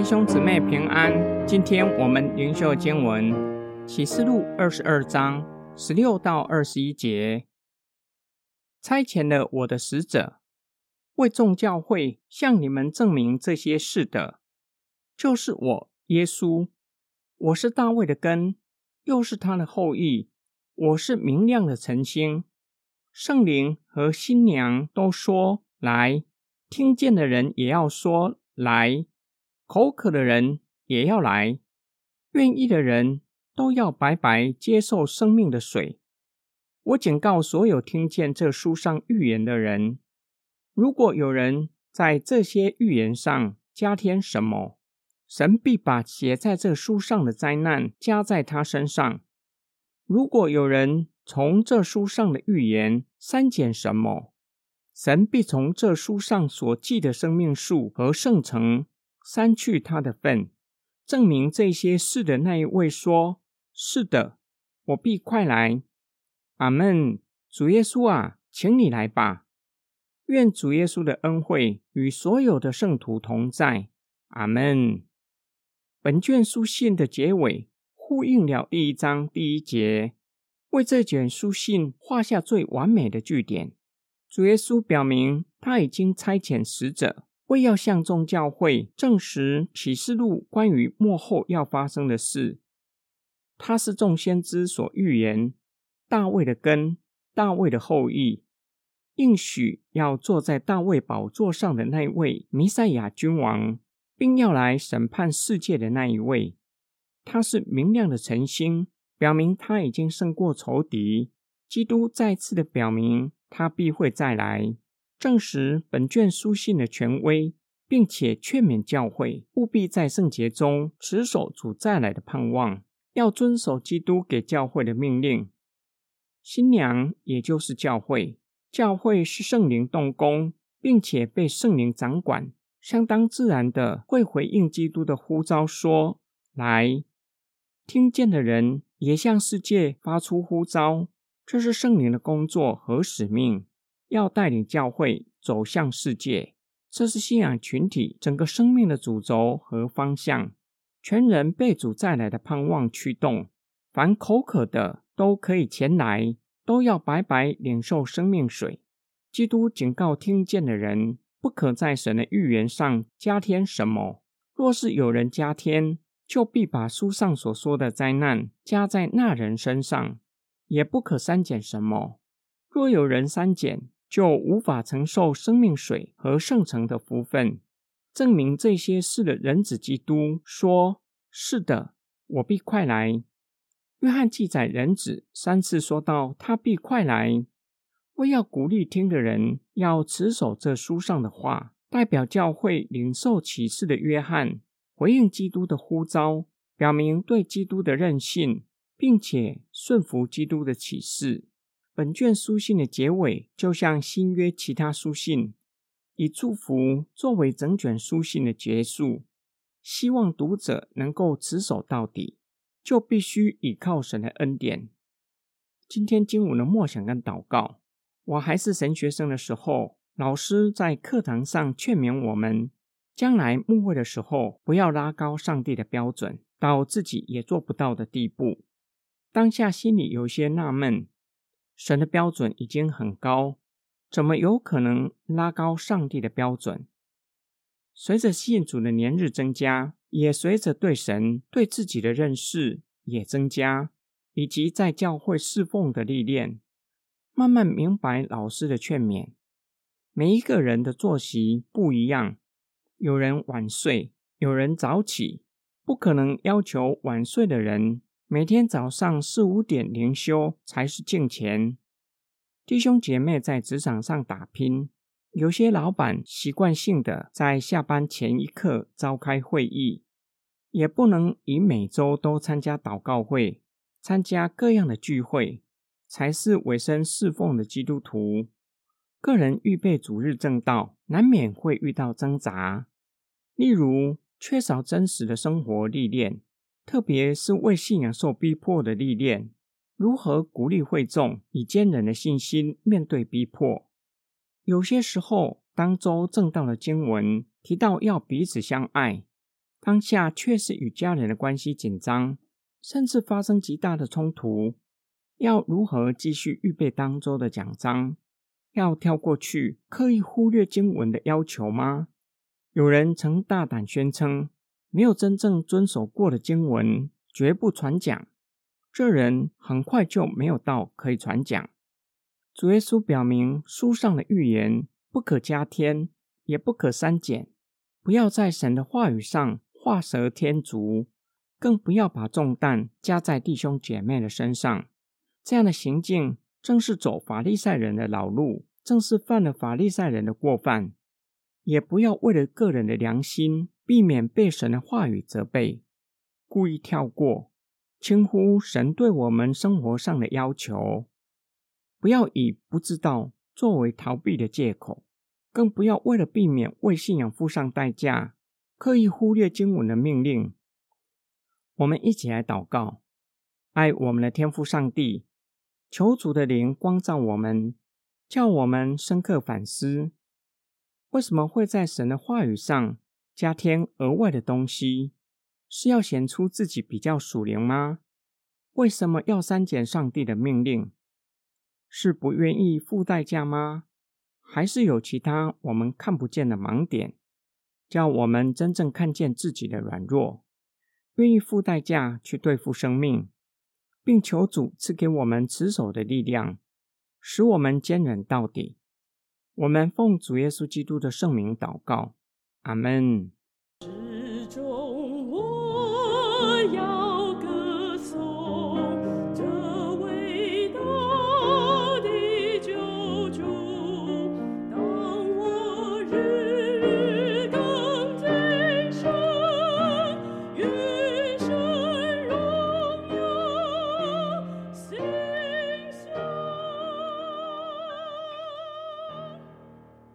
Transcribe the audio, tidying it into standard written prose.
兄姊妹平安，今天我们灵修经文启示录22章16到21节。差遣了我的使者，为众教会向你们证明这些事的，就是我耶稣。我是大卫的根，又是他的后裔，我是明亮的晨星。圣灵和新娘都说来，听见的人也要说来，口渴的人也要来，愿意的人都要白白接受生命的水。我警告所有听见这书上预言的人，如果有人在这些预言上加添什么，神必把写在这书上的灾难加在他身上。如果有人从这书上的预言删减什么，神必从这书上所记的生命树和圣城删去他的份。证明这些事的那一位说，是的，我必快来。阿们。主耶稣啊，请你来吧。愿主耶稣的恩惠与所有的圣徒同在。阿们。本卷书信的结尾呼应了第1章第1节，为这卷书信画下最完美的句点。主耶稣表明他已经差遣使者，为要向众教会证实启示录关于末后要发生的事。他是众先知所预言大卫的根，大卫的后裔，应许要坐在大卫宝座上的那位弥赛亚君王，并要来审判世界的那一位。他是明亮的晨星，表明他已经胜过仇敌。基督再次的表明他必会再来，证实本卷书信的权威，并且劝勉教会务必在圣洁中持守主再来的盼望，要遵守基督给教会的命令。新娘也就是教会，教会是圣灵动工，并且被圣灵掌管，相当自然的会回应基督的呼召说来。听见的人也向世界发出呼召，这是圣灵的工作和使命，要带领教会走向世界。这是信仰群体整个生命的主轴和方向，全人被主再来的盼望驱动。凡口渴的都可以前来，都要白白领受生命水。基督警告听见的人，不可在神的预言上加添什么，若是有人加添，就必把书上所说的灾难加在那人身上，也不可删减什么。若有人删减，就无法承受生命水和圣城的福分。证明这些事的人子基督说，是的，我必快来。约翰记载人子3次说到他必快来，为要鼓励听的人要持守这书上的话。代表教会领受启示的约翰回应基督的呼召，表明对基督的认信，并且顺服基督的启示。本卷书信的结尾就像新约其他书信，以祝福作为整卷书信的结束，希望读者能够持守到底，就必须倚靠神的恩典。今天经文的默想跟祷告，我还是神学生的时候，老师在课堂上劝勉我们，将来牧会的时候不要拉高上帝的标准到自己也做不到的地步。当下心里有些纳闷，神的标准已经很高，怎么有可能拉高上帝的标准？随着信主的年日增加，也随着对神对自己的认识也增加，以及在教会侍奉的历练，慢慢明白老师的劝勉。每一个人的作息不一样，有人晚睡，有人早起，不可能要求晚睡的人每天早上4、5点灵修才是敬虔。弟兄姐妹在职场上打拼，有些老板习惯性的在下班前一刻召开会议，也不能以每周都参加祷告会，参加各样的聚会，才是委身侍奉的基督徒。个人预备主日正道，难免会遇到挣扎，例如缺少真实的生活历练，特别是为信仰受逼迫的历练，如何鼓励会众以坚韧的信心面对逼迫。有些时候，当周正道的经文提到要彼此相爱， 当下却是与家人的关系紧张，甚至发生极大的冲突，要如何继续预备当周的讲章？要跳过去，刻意忽略经文的要求吗？有人曾大胆宣称，没有真正遵守过的经文，绝不传讲。这人很快就没有道可以传讲。主耶稣表明，书上的预言不可加添，也不可删减。不要在神的话语上画蛇添足，更不要把重担加在弟兄姐妹的身上。这样的行径正是走法利赛人的老路，正是犯了法利赛人的过犯。也不要为了个人的良心，避免被神的话语责备，故意跳过，轻忽神对我们生活上的要求。不要以不知道作为逃避的借口，更不要为了避免为信仰付上代价，刻意忽略经文的命令。我们一起来祷告，爱我们的天父上帝，求主的灵光照我们，叫我们深刻反思，为什么会在神的话语上加添额外的东西？是要显出自己比较属灵吗？为什么要删减上帝的命令？是不愿意付代价吗？还是有其他我们看不见的盲点，叫我们真正看见自己的软弱，愿意付代价去对付生命，并求主赐给我们持守的力量，使我们坚忍到底。我们奉主耶稣基督的圣名祷告，阿们。